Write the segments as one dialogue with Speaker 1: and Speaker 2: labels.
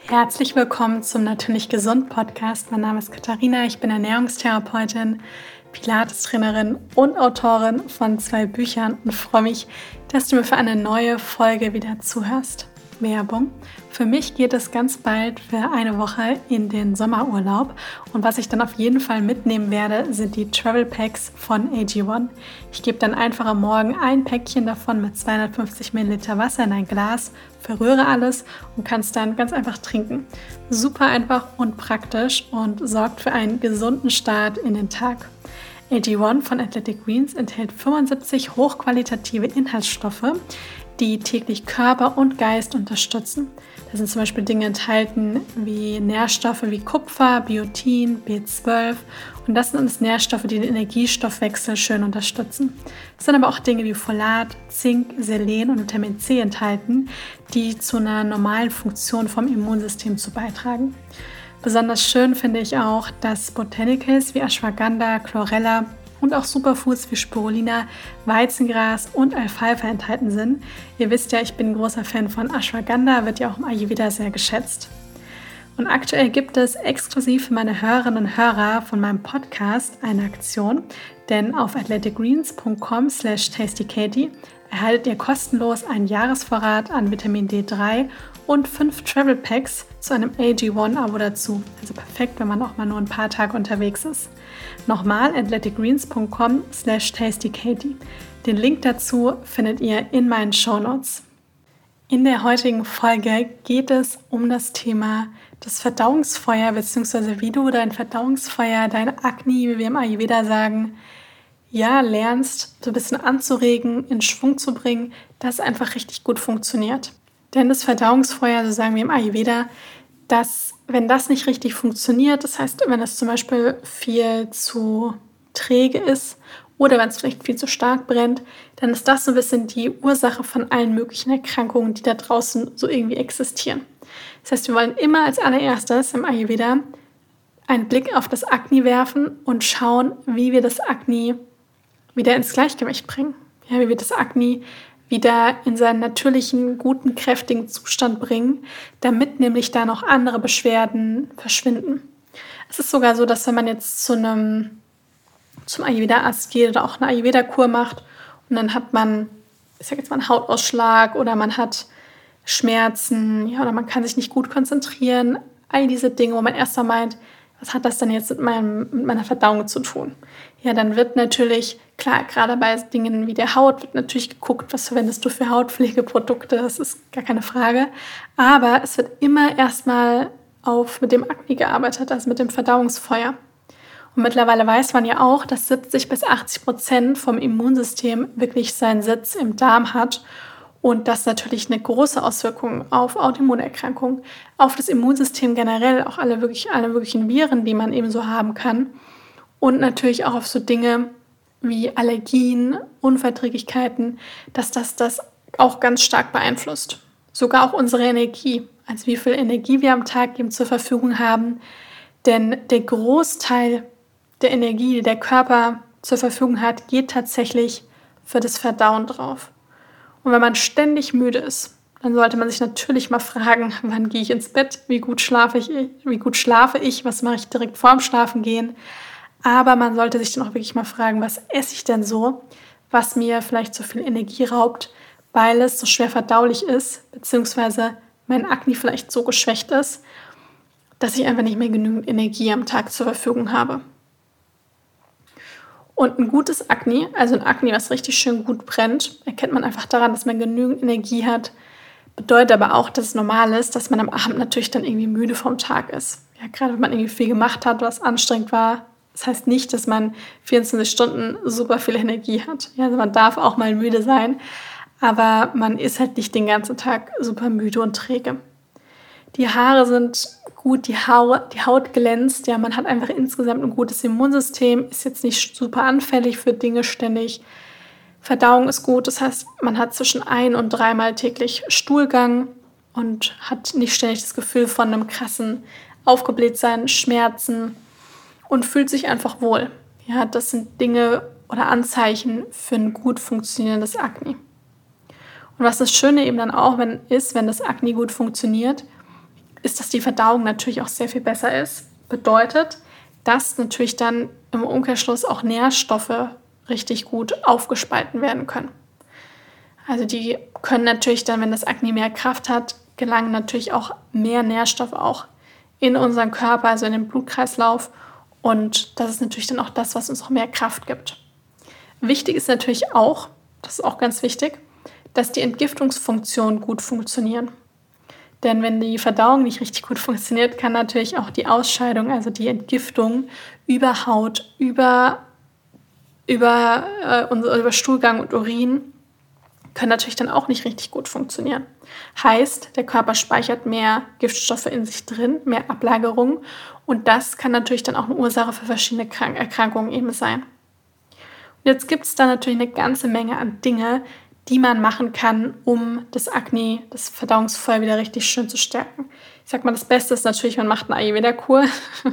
Speaker 1: Herzlich willkommen zum Natürlich Gesund Podcast. Mein Name ist Katharina, ich bin Ernährungstherapeutin, Pilates-Trainerin und Autorin von 2 Büchern und freue mich, dass du mir für eine neue Folge wieder zuhörst. Werbung. Für mich geht es ganz bald für eine Woche in den Sommerurlaub und was ich dann auf jeden Fall mitnehmen werde, sind die Travel Packs von AG1. Ich gebe dann einfach am Morgen ein Päckchen davon mit 250 Milliliter Wasser in ein Glas, verrühre alles und kann es dann ganz einfach trinken. Super einfach und praktisch und sorgt für einen gesunden Start in den Tag. AG1 von Athletic Greens enthält 75 hochqualitative Inhaltsstoffe, die täglich Körper und Geist unterstützen. Da sind zum Beispiel Dinge enthalten wie Nährstoffe wie Kupfer, Biotin, B12 und das sind alles Nährstoffe, die den Energiestoffwechsel schön unterstützen. Es sind aber auch Dinge wie Folat, Zink, Selen und Vitamin C enthalten, die zu einer normalen Funktion vom Immunsystem zu beitragen. Besonders schön finde ich auch, dass Botanicals wie Ashwagandha, Chlorella und auch Superfoods wie Spirulina, Weizengras und Alfalfa enthalten sind. Ihr wisst ja, ich bin ein großer Fan von Ashwagandha, wird ja auch im Ayurveda sehr geschätzt. Und aktuell gibt es exklusiv für meine Hörerinnen und Hörer von meinem Podcast eine Aktion, denn auf athleticgreens.com/tastykatie erhaltet ihr kostenlos einen Jahresvorrat an Vitamin D3 und 5 Travel Packs zu einem AG1-Abo dazu. Also perfekt, wenn man auch mal nur ein paar Tage unterwegs ist. Nochmal athleticgreens.com/tastykatie. Den Link dazu findet ihr in meinen Shownotes. In der heutigen Folge geht es um das Thema das Verdauungsfeuer, beziehungsweise wie du dein Verdauungsfeuer, dein Akne, wie wir im Ayurveda sagen, lernst, so ein bisschen anzuregen, in Schwung zu bringen, dass es einfach richtig gut funktioniert. Denn das Verdauungsfeuer, so sagen wir im Ayurveda, dass wenn das nicht richtig funktioniert, das heißt, wenn es zum Beispiel viel zu träge ist oder wenn es vielleicht viel zu stark brennt, dann ist das so ein bisschen die Ursache von allen möglichen Erkrankungen, die da draußen so irgendwie existieren. Das heißt, wir wollen immer als allererstes im Ayurveda einen Blick auf das Akne werfen und schauen, wie wir das Akne wieder ins Gleichgewicht bringen. Ja, wie wir das Akne wieder in seinen natürlichen, guten, kräftigen Zustand bringen, damit nämlich da noch andere Beschwerden verschwinden. Es ist sogar so, dass wenn man jetzt zum Ayurveda-Arzt geht oder auch eine Ayurveda-Kur macht und dann hat man, ich sage jetzt mal, einen Hautausschlag oder man hat Schmerzen, oder man kann sich nicht gut konzentrieren, all diese Dinge, wo man erst mal meint, was hat das denn jetzt mit meiner Verdauung zu tun? Ja, dann wird natürlich, klar, gerade bei Dingen wie der Haut, wird natürlich geguckt, was verwendest du für Hautpflegeprodukte, das ist gar keine Frage. Aber es wird immer erstmal mit dem Akne gearbeitet, also mit dem Verdauungsfeuer. Und mittlerweile weiß man ja auch, dass 70-80% vom Immunsystem wirklich seinen Sitz im Darm hat. Und das natürlich eine große Auswirkung auf Autoimmunerkrankungen, auf das Immunsystem generell, auch alle möglichen Viren, die man eben so haben kann. Und natürlich auch auf so Dinge wie Allergien, Unverträglichkeiten, dass das auch ganz stark beeinflusst. Sogar auch unsere Energie, also wie viel Energie wir am Tag eben zur Verfügung haben. Denn der Großteil der Energie, die der Körper zur Verfügung hat, geht tatsächlich für das Verdauen drauf. Und wenn man ständig müde ist, dann sollte man sich natürlich mal fragen, wann gehe ich ins Bett, wie gut schlafe ich, was mache ich direkt vorm Schlafengehen. Aber man sollte sich dann auch wirklich mal fragen, was esse ich denn so, was mir vielleicht so viel Energie raubt, weil es so schwer verdaulich ist, beziehungsweise mein Akne vielleicht so geschwächt ist, dass ich einfach nicht mehr genügend Energie am Tag zur Verfügung habe. Und ein gutes Akne, also ein Akne, was richtig schön gut brennt, erkennt man einfach daran, dass man genügend Energie hat. Bedeutet aber auch, dass es normal ist, dass man am Abend natürlich dann irgendwie müde vom Tag ist. Ja, gerade wenn man irgendwie viel gemacht hat, was anstrengend war. Das heißt nicht, dass man 24 Stunden super viel Energie hat. Ja, also man darf auch mal müde sein, aber man ist halt nicht den ganzen Tag super müde und träge. Die Haare sind gut, die Haut glänzt, ja, man hat einfach insgesamt ein gutes Immunsystem, ist jetzt nicht super anfällig für Dinge ständig. Verdauung ist gut, das heißt, man hat zwischen 1- und 3-mal täglich Stuhlgang und hat nicht ständig das Gefühl von einem krassen Aufgeblähtsein, Schmerzen und fühlt sich einfach wohl. Ja, das sind Dinge oder Anzeichen für ein gut funktionierendes Akne. Und was das Schöne eben dann auch wenn das Akne gut funktioniert, ist, dass die Verdauung natürlich auch sehr viel besser ist. Bedeutet, dass natürlich dann im Umkehrschluss auch Nährstoffe richtig gut aufgespalten werden können. Also die können natürlich dann, wenn das Akne mehr Kraft hat, gelangen natürlich auch mehr Nährstoffe auch in unseren Körper, also in den Blutkreislauf. Und das ist natürlich dann auch das, was uns auch mehr Kraft gibt. Wichtig ist natürlich auch, das ist auch ganz wichtig, dass die Entgiftungsfunktionen gut funktionieren. Denn wenn die Verdauung nicht richtig gut funktioniert, kann natürlich auch die Ausscheidung, also die Entgiftung über Haut, über Stuhlgang und Urin, können natürlich dann auch nicht richtig gut funktionieren. Heißt, der Körper speichert mehr Giftstoffe in sich drin, mehr Ablagerungen, und das kann natürlich dann auch eine Ursache für verschiedene Erkrankungen eben sein. Und jetzt gibt es da natürlich eine ganze Menge an Dinge, die man machen kann, um das Akne, das Verdauungsfeuer wieder richtig schön zu stärken. Ich sag mal, das Beste ist natürlich, man macht eine Ayurveda-Kur,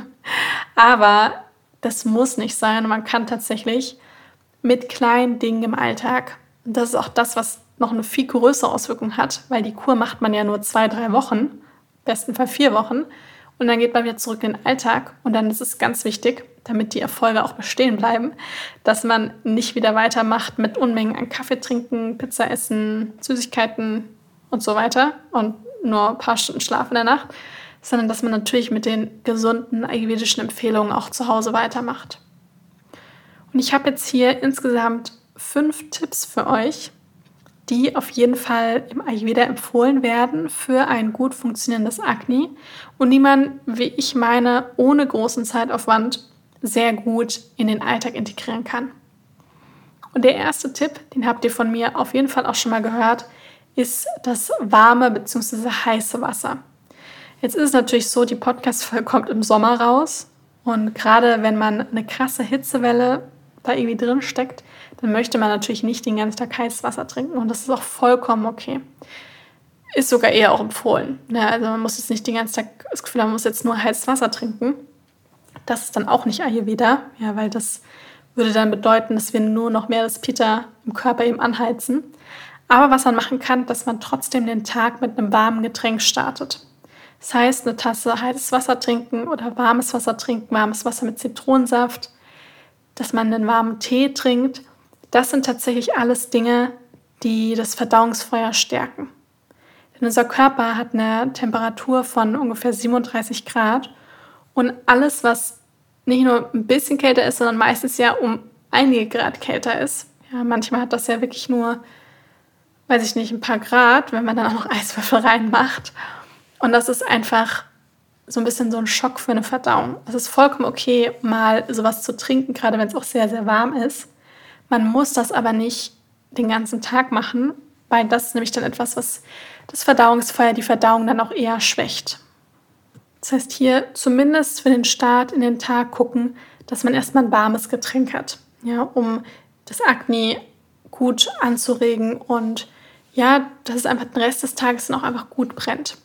Speaker 1: aber das muss nicht sein, und man kann tatsächlich mit kleinen Dingen im Alltag, und das ist auch das, was noch eine viel größere Auswirkung hat, weil die Kur macht man ja nur 2-3 Wochen, im besten Fall 4 Wochen, und dann geht man wieder zurück in den Alltag. Und dann ist es ganz wichtig, damit die Erfolge auch bestehen bleiben, dass man nicht wieder weitermacht mit Unmengen an Kaffee trinken, Pizza essen, Süßigkeiten und so weiter und nur ein paar Stunden Schlaf in der Nacht, sondern dass man natürlich mit den gesunden ayurvedischen Empfehlungen auch zu Hause weitermacht. Und ich habe jetzt hier insgesamt 5 Tipps für euch, die auf jeden Fall im Ayurveda empfohlen werden für ein gut funktionierendes Akne und die man, wie ich meine, ohne großen Zeitaufwand sehr gut in den Alltag integrieren kann. Und der erste Tipp, den habt ihr von mir auf jeden Fall auch schon mal gehört, ist das warme bzw. heiße Wasser. Jetzt ist es natürlich so, die Podcast-Folge kommt im Sommer raus, und gerade wenn man eine krasse Hitzewelle da irgendwie drin steckt, dann möchte man natürlich nicht den ganzen Tag heißes Wasser trinken, und das ist auch vollkommen okay. Ist sogar eher auch empfohlen. Ja, also man muss jetzt nicht den ganzen Tag das Gefühl haben, man muss jetzt nur heißes Wasser trinken. Das ist dann auch nicht Ayurveda, ja, weil das würde dann bedeuten, dass wir nur noch mehr das Pitta im Körper eben anheizen. Aber was man machen kann, dass man trotzdem den Tag mit einem warmen Getränk startet. Das heißt, eine Tasse heißes Wasser trinken oder warmes Wasser trinken, warmes Wasser mit Zitronensaft, dass man einen warmen Tee trinkt. Das sind tatsächlich alles Dinge, die das Verdauungsfeuer stärken. Denn unser Körper hat eine Temperatur von ungefähr 37 Grad, und alles, was nicht nur ein bisschen kälter ist, sondern meistens ja um einige Grad kälter ist. Ja, manchmal hat das ja wirklich nur, weiß ich nicht, ein paar Grad, wenn man dann auch noch Eiswürfel reinmacht. Und das ist einfach so ein bisschen so ein Schock für eine Verdauung. Es ist vollkommen okay, mal sowas zu trinken, gerade wenn es auch sehr, sehr warm ist. Man muss das aber nicht den ganzen Tag machen, weil das ist nämlich dann etwas, was das Verdauungsfeuer, die Verdauung dann auch eher schwächt. Das heißt, hier zumindest für den Start in den Tag gucken, dass man erstmal ein warmes Getränk hat, ja, um das Akne gut anzuregen und ja, dass es einfach den Rest des Tages dann auch einfach gut brennt.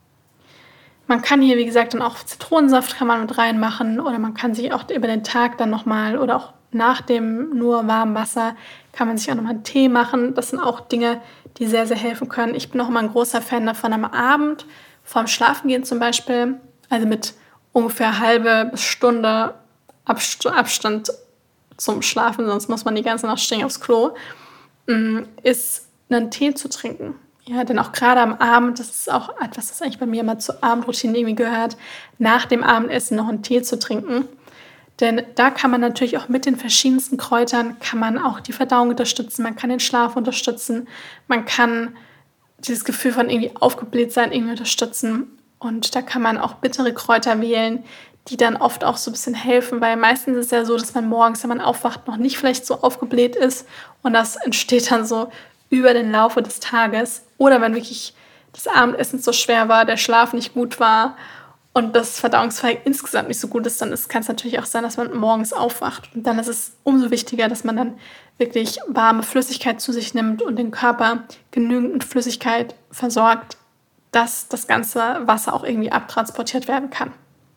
Speaker 1: Man kann hier, wie gesagt, dann auch Zitronensaft kann man mit reinmachen, oder man kann sich auch über den Tag dann nochmal oder auch nach dem nur warmen Wasser kann man sich auch nochmal einen Tee machen. Das sind auch Dinge, die sehr, sehr helfen können. Ich bin auch immer ein großer Fan davon, am Abend vorm Schlafengehen zum Beispiel, also mit ungefähr halbe bis Stunde Abstand zum Schlafen, sonst muss man die ganze Nacht stehen aufs Klo, ist einen Tee zu trinken. Ja, denn auch gerade am Abend, das ist auch etwas, das eigentlich bei mir immer zur Abendroutine irgendwie gehört, nach dem Abendessen noch einen Tee zu trinken. Denn da kann man natürlich auch mit den verschiedensten Kräutern, kann man auch die Verdauung unterstützen, man kann den Schlaf unterstützen, man kann dieses Gefühl von irgendwie aufgebläht sein irgendwie unterstützen. Und da kann man auch bittere Kräuter wählen, die dann oft auch so ein bisschen helfen, weil meistens ist es ja so, dass man morgens, wenn man aufwacht, noch nicht vielleicht so aufgebläht ist, und das entsteht dann so über den Laufe des Tages, oder wenn wirklich das Abendessen so schwer war, der Schlaf nicht gut war und das Verdauungsfeuer insgesamt nicht so gut ist, dann kann es natürlich auch sein, dass man morgens aufwacht. Und dann ist es umso wichtiger, dass man dann wirklich warme Flüssigkeit zu sich nimmt und den Körper genügend mit Flüssigkeit versorgt, dass das ganze Wasser auch irgendwie abtransportiert werden kann.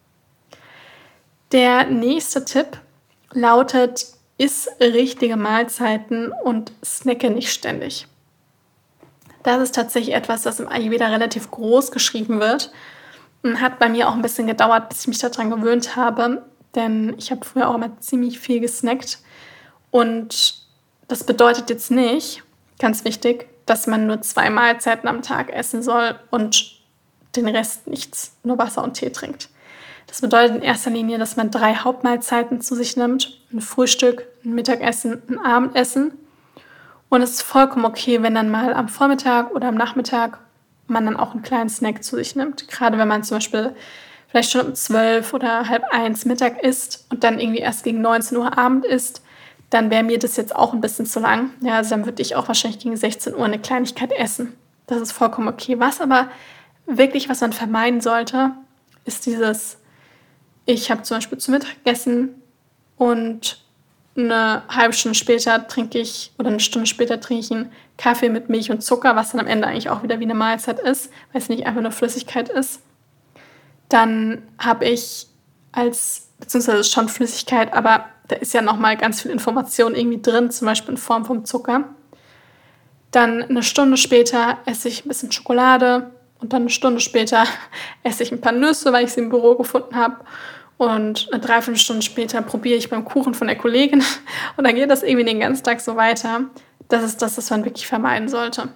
Speaker 1: Der nächste Tipp lautet: Iss richtige Mahlzeiten und snacke nicht ständig. Das ist tatsächlich etwas, das im Ayurveda relativ groß geschrieben wird. Hat bei mir auch ein bisschen gedauert, bis ich mich daran gewöhnt habe, denn ich habe früher auch immer ziemlich viel gesnackt. Und das bedeutet jetzt nicht, ganz wichtig, dass man nur 2 Mahlzeiten am Tag essen soll und den Rest nichts, nur Wasser und Tee trinkt. Das bedeutet in erster Linie, dass man 3 Hauptmahlzeiten zu sich nimmt: ein Frühstück, ein Mittagessen, ein Abendessen. Und es ist vollkommen okay, wenn dann mal am Vormittag oder am Nachmittag man dann auch einen kleinen Snack zu sich nimmt. Gerade wenn man zum Beispiel vielleicht schon um 12 oder halb 1 Mittag isst und dann irgendwie erst gegen 19 Uhr Abend isst, dann wäre mir das jetzt auch ein bisschen zu lang. Ja, also dann würde ich auch wahrscheinlich gegen 16 Uhr eine Kleinigkeit essen. Das ist vollkommen okay. Was man vermeiden sollte, ist dieses: Ich habe zum Beispiel zu Mittag gegessen und eine halbe Stunde später trinke ich oder eine Stunde später trinke ich einen Kaffee mit Milch und Zucker, was dann am Ende eigentlich auch wieder wie eine Mahlzeit ist, weil es nicht einfach nur Flüssigkeit ist. Dann habe ich beziehungsweise es ist schon Flüssigkeit, aber da ist ja nochmal ganz viel Information irgendwie drin, zum Beispiel in Form vom Zucker. Dann eine Stunde später esse ich ein bisschen Schokolade und dann eine Stunde später esse ich ein paar Nüsse, weil ich sie im Büro gefunden habe. Und eine Dreiviertelstunde später probiere ich beim Kuchen von der Kollegin. Und dann geht das irgendwie den ganzen Tag so weiter. Das ist das, was man wirklich vermeiden sollte.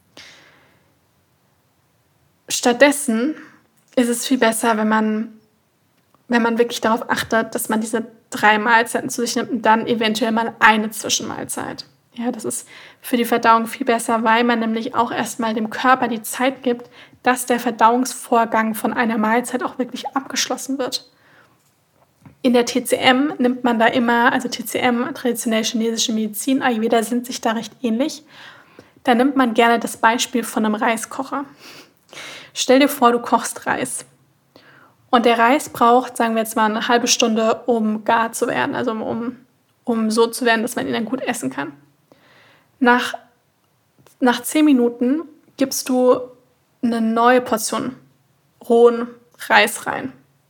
Speaker 1: Stattdessen ist es viel besser, wenn man wirklich darauf achtet, dass man diese 3 Mahlzeiten zu sich nimmt und dann eventuell mal eine Zwischenmahlzeit. Ja, das ist für die Verdauung viel besser, weil man nämlich auch erstmal dem Körper die Zeit gibt, dass der Verdauungsvorgang von einer Mahlzeit auch wirklich abgeschlossen wird. In der TCM nimmt man da immer, also TCM, traditionell chinesische Medizin, Ayurveda, sind sich da recht ähnlich. Da nimmt man gerne das Beispiel von einem Reiskocher. Stell dir vor, du kochst Reis. Und der Reis braucht, sagen wir jetzt mal, eine halbe Stunde, um gar zu werden, also um so zu werden, dass man ihn dann gut essen kann. Nach 10 Minuten gibst du eine neue Portion rohen Reis rein.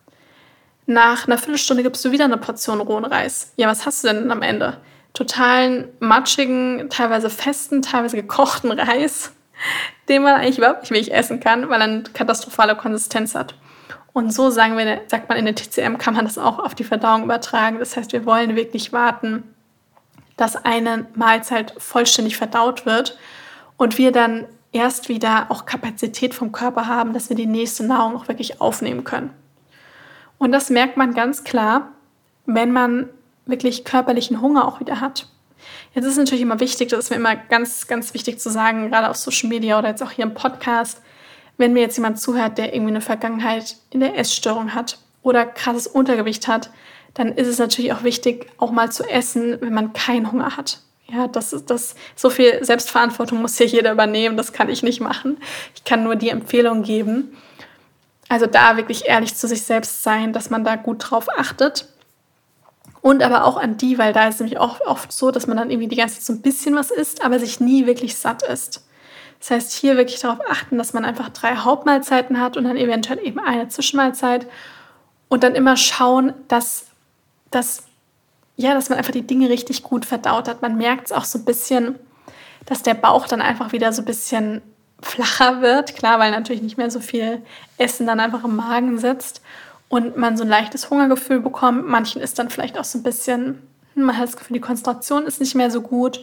Speaker 1: Nach einer Viertelstunde gibst du wieder eine Portion rohen Reis. Ja, was hast du denn am Ende? Totalen matschigen, teilweise festen, teilweise gekochten Reis, den man eigentlich überhaupt nicht wirklich essen kann, weil er eine katastrophale Konsistenz hat. Und so sagt man in der TCM, kann man das auch auf die Verdauung übertragen. Das heißt, wir wollen wirklich warten, dass eine Mahlzeit vollständig verdaut wird und wir dann erst wieder auch Kapazität vom Körper haben, dass wir die nächste Nahrung auch wirklich aufnehmen können. Und das merkt man ganz klar, wenn man wirklich körperlichen Hunger auch wieder hat. Jetzt ist es natürlich immer wichtig, das ist mir immer ganz, ganz wichtig zu sagen, gerade auf Social Media oder jetzt auch hier im Podcast, wenn mir jetzt jemand zuhört, der irgendwie eine Vergangenheit in der Essstörung hat oder krasses Untergewicht hat, dann ist es natürlich auch wichtig, auch mal zu essen, wenn man keinen Hunger hat. Ja, so viel Selbstverantwortung muss hier jeder übernehmen, das kann ich nicht machen. Ich kann nur die Empfehlung geben. Also da wirklich ehrlich zu sich selbst sein, dass man da gut drauf achtet. Und aber auch an die, weil da ist es nämlich auch oft so, dass man dann irgendwie die ganze Zeit so ein bisschen was isst, aber sich nie wirklich satt isst. Das heißt, hier wirklich darauf achten, dass man einfach 3 Hauptmahlzeiten hat und dann eventuell eben eine Zwischenmahlzeit. Und dann immer schauen, dass man einfach die Dinge richtig gut verdaut hat. Man merkt es auch so ein bisschen, dass der Bauch dann einfach wieder so ein bisschen flacher wird. Klar, weil natürlich nicht mehr so viel Essen dann einfach im Magen sitzt und man so ein leichtes Hungergefühl bekommt. Manchen ist dann vielleicht auch so ein bisschen, man hat das Gefühl, die Konzentration ist nicht mehr so gut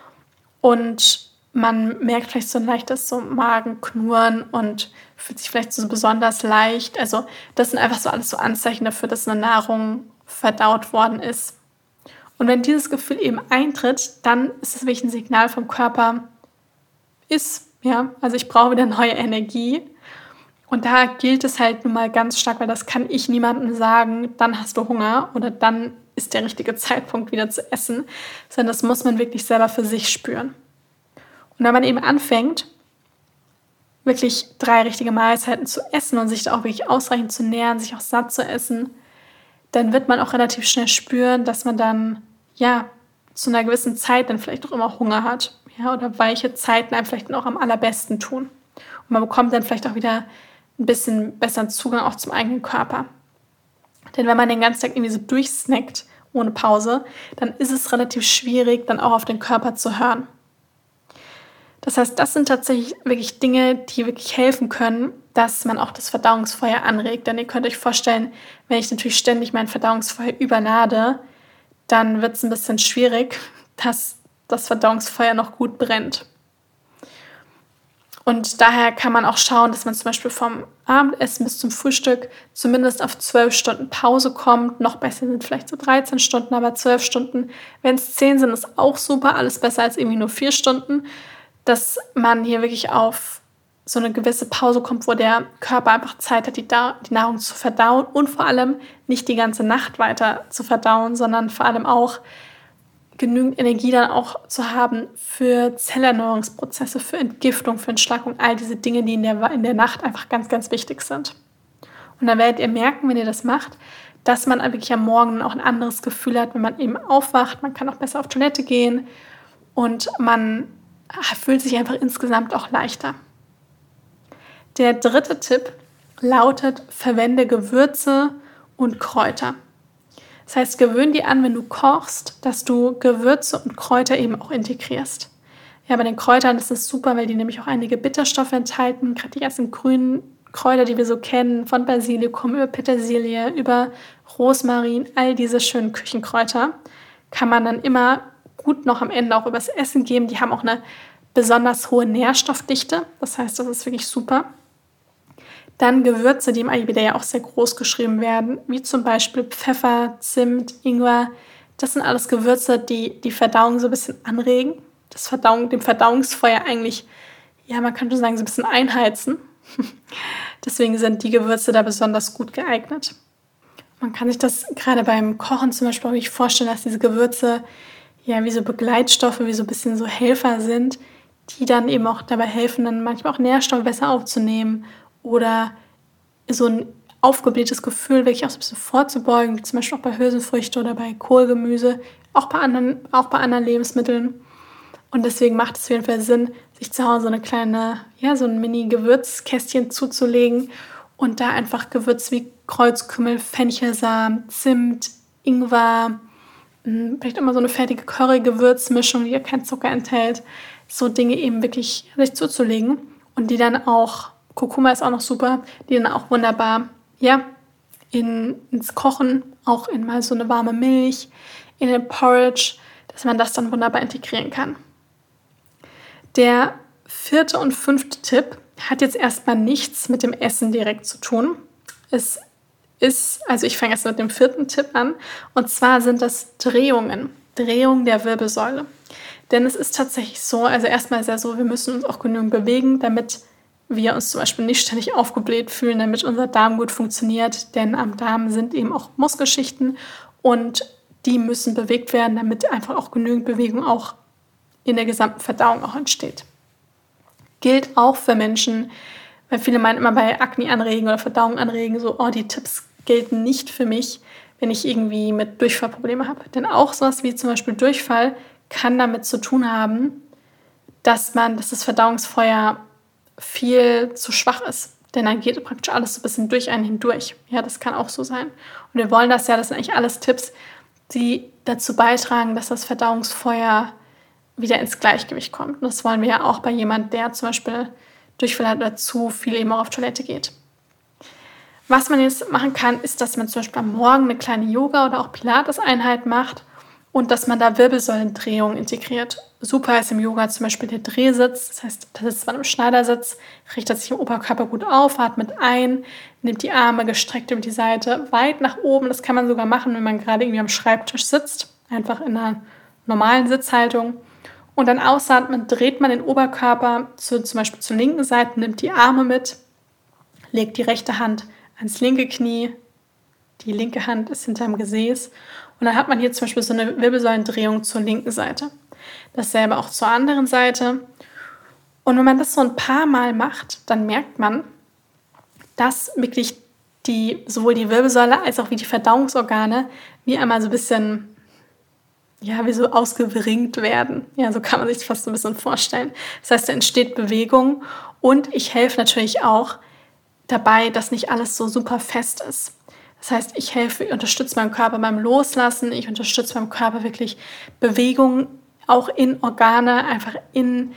Speaker 1: und man merkt vielleicht so ein leichtes so Magenknurren und fühlt sich vielleicht so besonders leicht. Also das sind einfach so alles so Anzeichen dafür, dass eine Nahrung verdaut worden ist. Und wenn dieses Gefühl eben eintritt, dann ist es wirklich ein Signal vom Körper, also ich brauche wieder neue Energie. Und da gilt es halt nun mal ganz stark, weil das kann ich niemandem sagen, dann hast du Hunger oder dann ist der richtige Zeitpunkt wieder zu essen, sondern das muss man wirklich selber für sich spüren. Und wenn man eben anfängt, wirklich 3 richtige Mahlzeiten zu essen und sich da auch wirklich ausreichend zu nähren, sich auch satt zu essen, dann wird man auch relativ schnell spüren, dass man dann, zu einer gewissen Zeit dann vielleicht auch immer Hunger hat. Ja, oder weiche Zeiten einem vielleicht auch am allerbesten tun. Und man bekommt dann vielleicht auch wieder ein bisschen besseren Zugang auch zum eigenen Körper. Denn wenn man den ganzen Tag irgendwie so durchsnackt, ohne Pause, dann ist es relativ schwierig, dann auch auf den Körper zu hören. Das heißt, das sind tatsächlich wirklich Dinge, die wirklich helfen können, dass man auch das Verdauungsfeuer anregt. Denn ihr könnt euch vorstellen, wenn ich natürlich ständig mein Verdauungsfeuer überlade, dann wird es ein bisschen schwierig, dass das Verdauungsfeuer noch gut brennt. Und daher kann man auch schauen, dass man zum Beispiel vom Abendessen bis zum Frühstück zumindest auf 12 Stunden Pause kommt. Noch besser sind vielleicht so 13 Stunden, aber 12 Stunden, wenn es 10 sind, ist auch super. Alles besser als irgendwie nur 4 Stunden. Dass man hier wirklich auf so eine gewisse Pause kommt, wo der Körper einfach Zeit hat, die Nahrung zu verdauen und vor allem nicht die ganze Nacht weiter zu verdauen, sondern vor allem auch genügend Energie dann auch zu haben für Zellerneuerungsprozesse, für Entgiftung, für Entschlackung, all diese Dinge, die in der Nacht einfach ganz, ganz wichtig sind. Und dann werdet ihr merken, wenn ihr das macht, dass man wirklich am Morgen auch ein anderes Gefühl hat, wenn man eben aufwacht. Man kann auch besser auf Toilette gehen und man fühlt sich einfach insgesamt auch leichter. Der 3. Tipp lautet, verwende Gewürze und Kräuter. Das heißt, gewöhn dir an, wenn du kochst, dass du Gewürze und Kräuter eben auch integrierst. Ja, bei den Kräutern ist es super, weil die nämlich auch einige Bitterstoffe enthalten, gerade die ganzen grünen Kräuter, die wir so kennen, von Basilikum über Petersilie, über Rosmarin, all diese schönen Küchenkräuter kann man dann immer gut noch am Ende auch übers Essen geben. Die haben auch eine besonders hohe Nährstoffdichte, das heißt, das ist wirklich super. Dann Gewürze, die im Ayurveda ja auch sehr groß geschrieben werden, wie zum Beispiel Pfeffer, Zimt, Ingwer. Das sind alles Gewürze, die die Verdauung so ein bisschen anregen, dem Verdauungsfeuer eigentlich, ja, man könnte sagen, so ein bisschen einheizen. Deswegen sind die Gewürze da besonders gut geeignet. Man kann sich das gerade beim Kochen zum Beispiel auch nicht vorstellen, dass diese Gewürze ja wie so Begleitstoffe, wie so ein bisschen so Helfer sind, die dann eben auch dabei helfen, dann manchmal auch Nährstoffe besser aufzunehmen oder so ein aufgeblähtes Gefühl wirklich auch so ein bisschen vorzubeugen, wie zum Beispiel auch bei Hülsenfrüchten oder bei Kohlgemüse, auch bei anderen Lebensmitteln. Und deswegen macht es auf jeden Fall Sinn, sich zu Hause so ein Mini-Gewürzkästchen zuzulegen und da einfach Gewürze wie Kreuzkümmel, Fenchelsamen, Zimt, Ingwer, vielleicht immer so eine fertige Curry-Gewürzmischung, die ja keinen Zucker enthält, so Dinge eben wirklich sich zuzulegen und die dann auch, Kurkuma ist auch noch super, die dann auch wunderbar, ins Kochen, auch in mal so eine warme Milch, in den Porridge, dass man das dann wunderbar integrieren kann. Der 4. und 5. Tipp hat jetzt erstmal nichts mit dem Essen direkt zu tun. Ich fange erst mit dem 4. Tipp an, und zwar sind das Drehungen der Wirbelsäule. Denn es ist tatsächlich so, also erstmal ist ja so, wir müssen uns auch genügend bewegen, damit wir uns zum Beispiel nicht ständig aufgebläht fühlen, damit unser Darm gut funktioniert, denn am Darm sind eben auch Muskelschichten und die müssen bewegt werden, damit einfach auch genügend Bewegung auch in der gesamten Verdauung auch entsteht. Gilt auch für Menschen, weil viele meinen immer bei Akne anregen oder Verdauung anregen, so, die Tipps gelten nicht für mich, wenn ich irgendwie mit Durchfallprobleme habe. Denn auch sowas wie zum Beispiel Durchfall kann damit zu tun haben, dass das Verdauungsfeuer viel zu schwach ist. Denn dann geht praktisch alles so ein bisschen durch einen hindurch. Ja, das kann auch so sein. Und wir wollen das sind eigentlich alles Tipps, die dazu beitragen, dass das Verdauungsfeuer wieder ins Gleichgewicht kommt. Und das wollen wir ja auch bei jemandem, der zum Beispiel Durchfall hat oder zu viel eben auch auf Toilette geht. Was man jetzt machen kann, ist, dass man zum Beispiel am Morgen eine kleine Yoga- oder auch Pilates-Einheit macht und dass man da Wirbelsäulendrehungen integriert. Super ist im Yoga zum Beispiel der Drehsitz, das heißt, da sitzt man im Schneidersitz, richtet sich im Oberkörper gut auf, atmet ein, nimmt die Arme gestreckt über die Seite, weit nach oben. Das kann man sogar machen, wenn man gerade irgendwie am Schreibtisch sitzt, einfach in einer normalen Sitzhaltung. Und dann ausatmen, dreht man den Oberkörper zum Beispiel zur linken Seite, nimmt die Arme mit, legt die rechte Hand ans linke Knie, die linke Hand ist hinterm Gesäß und dann hat man hier zum Beispiel so eine Wirbelsäulendrehung zur linken Seite. Dasselbe auch zur anderen Seite. Und wenn man das so ein paar Mal macht, dann merkt man, dass wirklich sowohl die Wirbelsäule als auch wie die Verdauungsorgane wie einmal so ein bisschen wie so ausgewringt werden. Ja, so kann man sich das fast so ein bisschen vorstellen. Das heißt, da entsteht Bewegung und ich helfe natürlich auch dabei, dass nicht alles so super fest ist. Das heißt, ich unterstütze meinen Körper beim Loslassen, ich unterstütze meinem Körper wirklich Bewegung auch in Organe, einfach in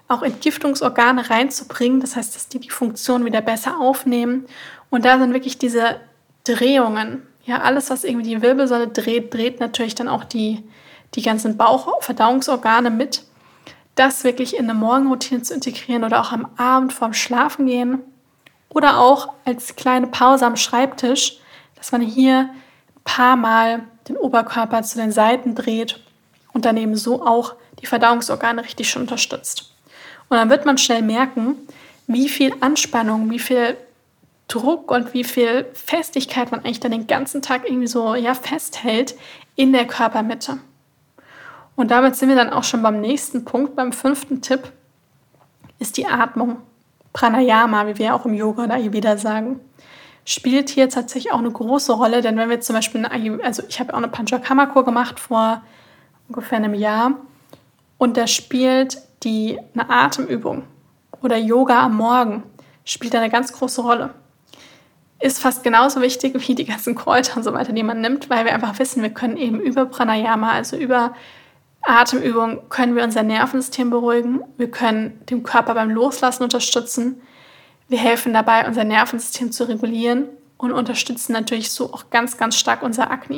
Speaker 1: auch Entgiftungsorgane reinzubringen. Das heißt, dass die Funktion wieder besser aufnehmen. Und da sind wirklich diese Drehungen. Ja, alles, was irgendwie die Wirbelsäule dreht natürlich dann auch die ganzen Bauchverdauungsorgane mit. Das wirklich in eine Morgenroutine zu integrieren oder auch am Abend vorm Schlafengehen oder auch als kleine Pause am Schreibtisch, dass man hier ein paar Mal den Oberkörper zu den Seiten dreht und dann eben so auch die Verdauungsorgane richtig schon unterstützt. Und dann wird man schnell merken, wie viel Anspannung, wie viel Druck und wie viel Festigkeit man eigentlich dann den ganzen Tag irgendwie so festhält in der Körpermitte. Und damit sind wir dann auch schon beim nächsten Punkt, beim 5. Tipp, ist die Atmung. Pranayama, wie wir auch im Yoga oder Ayurveda sagen, spielt hier tatsächlich auch eine große Rolle, denn wenn wir zum Beispiel, ich habe auch eine Panchakarma-Kur gemacht vor ungefähr einem Jahr und da spielt eine Atemübung oder Yoga am Morgen, spielt eine ganz große Rolle. Ist fast genauso wichtig wie die ganzen Kräuter und so weiter, die man nimmt, weil wir einfach wissen, wir können eben über Pranayama, also über Atemübungen, können wir unser Nervensystem beruhigen, wir können den Körper beim Loslassen unterstützen, wir helfen dabei, unser Nervensystem zu regulieren und unterstützen natürlich so auch ganz, ganz stark unser Akne.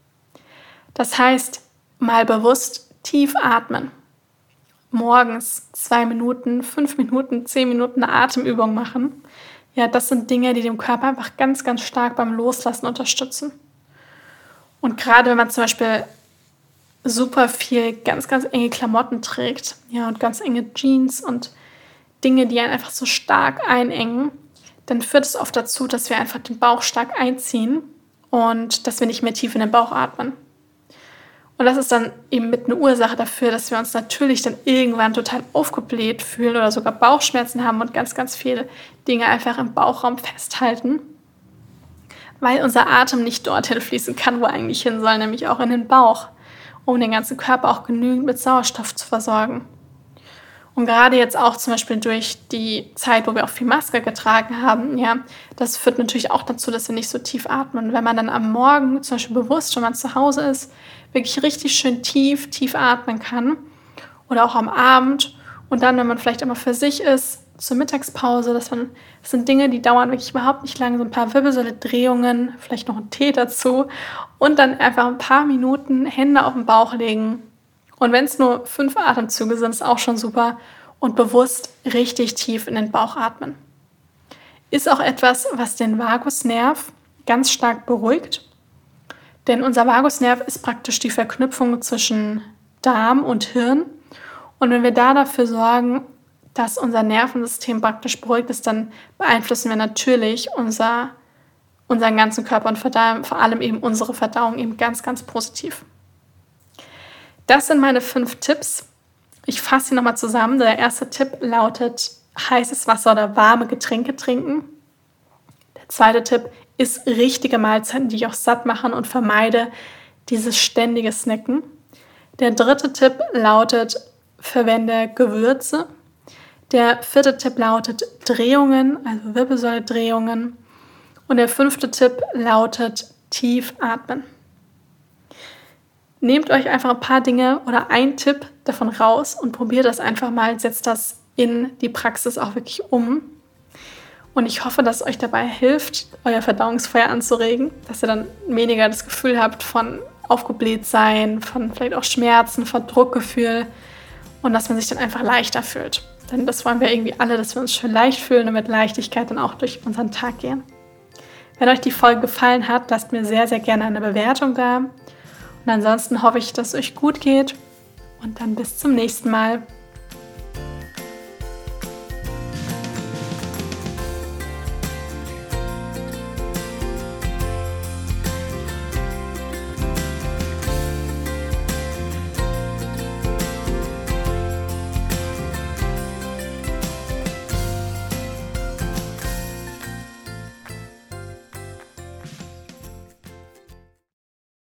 Speaker 1: Das heißt, mal bewusst tief atmen. Morgens 2 Minuten, 5 Minuten, 10 Minuten eine Atemübung machen. Ja, das sind Dinge, die dem Körper einfach ganz, ganz stark beim Loslassen unterstützen. Und gerade wenn man zum Beispiel super viel ganz, ganz enge Klamotten trägt, ja, und ganz enge Jeans und Dinge, die einen einfach so stark einengen, dann führt es oft dazu, dass wir einfach den Bauch stark einziehen und dass wir nicht mehr tief in den Bauch atmen. Und das ist dann eben mit eine Ursache dafür, dass wir uns natürlich dann irgendwann total aufgebläht fühlen oder sogar Bauchschmerzen haben und ganz, ganz viele Dinge einfach im Bauchraum festhalten, weil unser Atem nicht dorthin fließen kann, wo er eigentlich hin soll, nämlich auch in den Bauch, um den ganzen Körper auch genügend mit Sauerstoff zu versorgen. Und gerade jetzt auch zum Beispiel durch die Zeit, wo wir auch viel Maske getragen haben, ja, das führt natürlich auch dazu, dass wir nicht so tief atmen. Wenn man dann am Morgen zum Beispiel bewusst, wenn man zu Hause ist, wirklich richtig schön tief atmen kann oder auch am Abend und dann, wenn man vielleicht immer für sich ist, zur Mittagspause, das sind Dinge, die dauern wirklich überhaupt nicht lange, so ein paar Wirbelsäule-Drehungen, vielleicht noch ein Tee dazu und dann einfach ein paar Minuten Hände auf den Bauch legen. Und wenn es nur 5 Atemzüge sind, ist auch schon super und bewusst richtig tief in den Bauch atmen. Ist auch etwas, was den Vagusnerv ganz stark beruhigt, denn unser Vagusnerv ist praktisch die Verknüpfung zwischen Darm und Hirn. Und wenn wir da dafür sorgen, dass unser Nervensystem praktisch beruhigt ist, dann beeinflussen wir natürlich unseren ganzen Körper und vor allem eben unsere Verdauung eben ganz, ganz positiv. Das sind meine 5 Tipps. Ich fasse sie nochmal zusammen. Der erste Tipp lautet, heißes Wasser oder warme Getränke trinken. Der zweite Tipp ist richtige Mahlzeiten, die dich auch satt machen und vermeide dieses ständige Snacken. Der dritte Tipp lautet, verwende Gewürze. Der 4. Tipp lautet Drehungen, also Wirbelsäule-Drehungen. Und der 5. Tipp lautet tief atmen. Nehmt euch einfach ein paar Dinge oder einen Tipp davon raus und probiert das einfach mal, setzt das in die Praxis auch wirklich um. Und ich hoffe, dass es euch dabei hilft, euer Verdauungsfeuer anzuregen, dass ihr dann weniger das Gefühl habt von aufgebläht sein, von vielleicht auch Schmerzen, von Druckgefühl und dass man sich dann einfach leichter fühlt. Denn das wollen wir irgendwie alle, dass wir uns schön leicht fühlen und mit Leichtigkeit dann auch durch unseren Tag gehen. Wenn euch die Folge gefallen hat, lasst mir sehr, sehr gerne eine Bewertung da. Und ansonsten hoffe ich, dass es euch gut geht und dann bis zum nächsten Mal.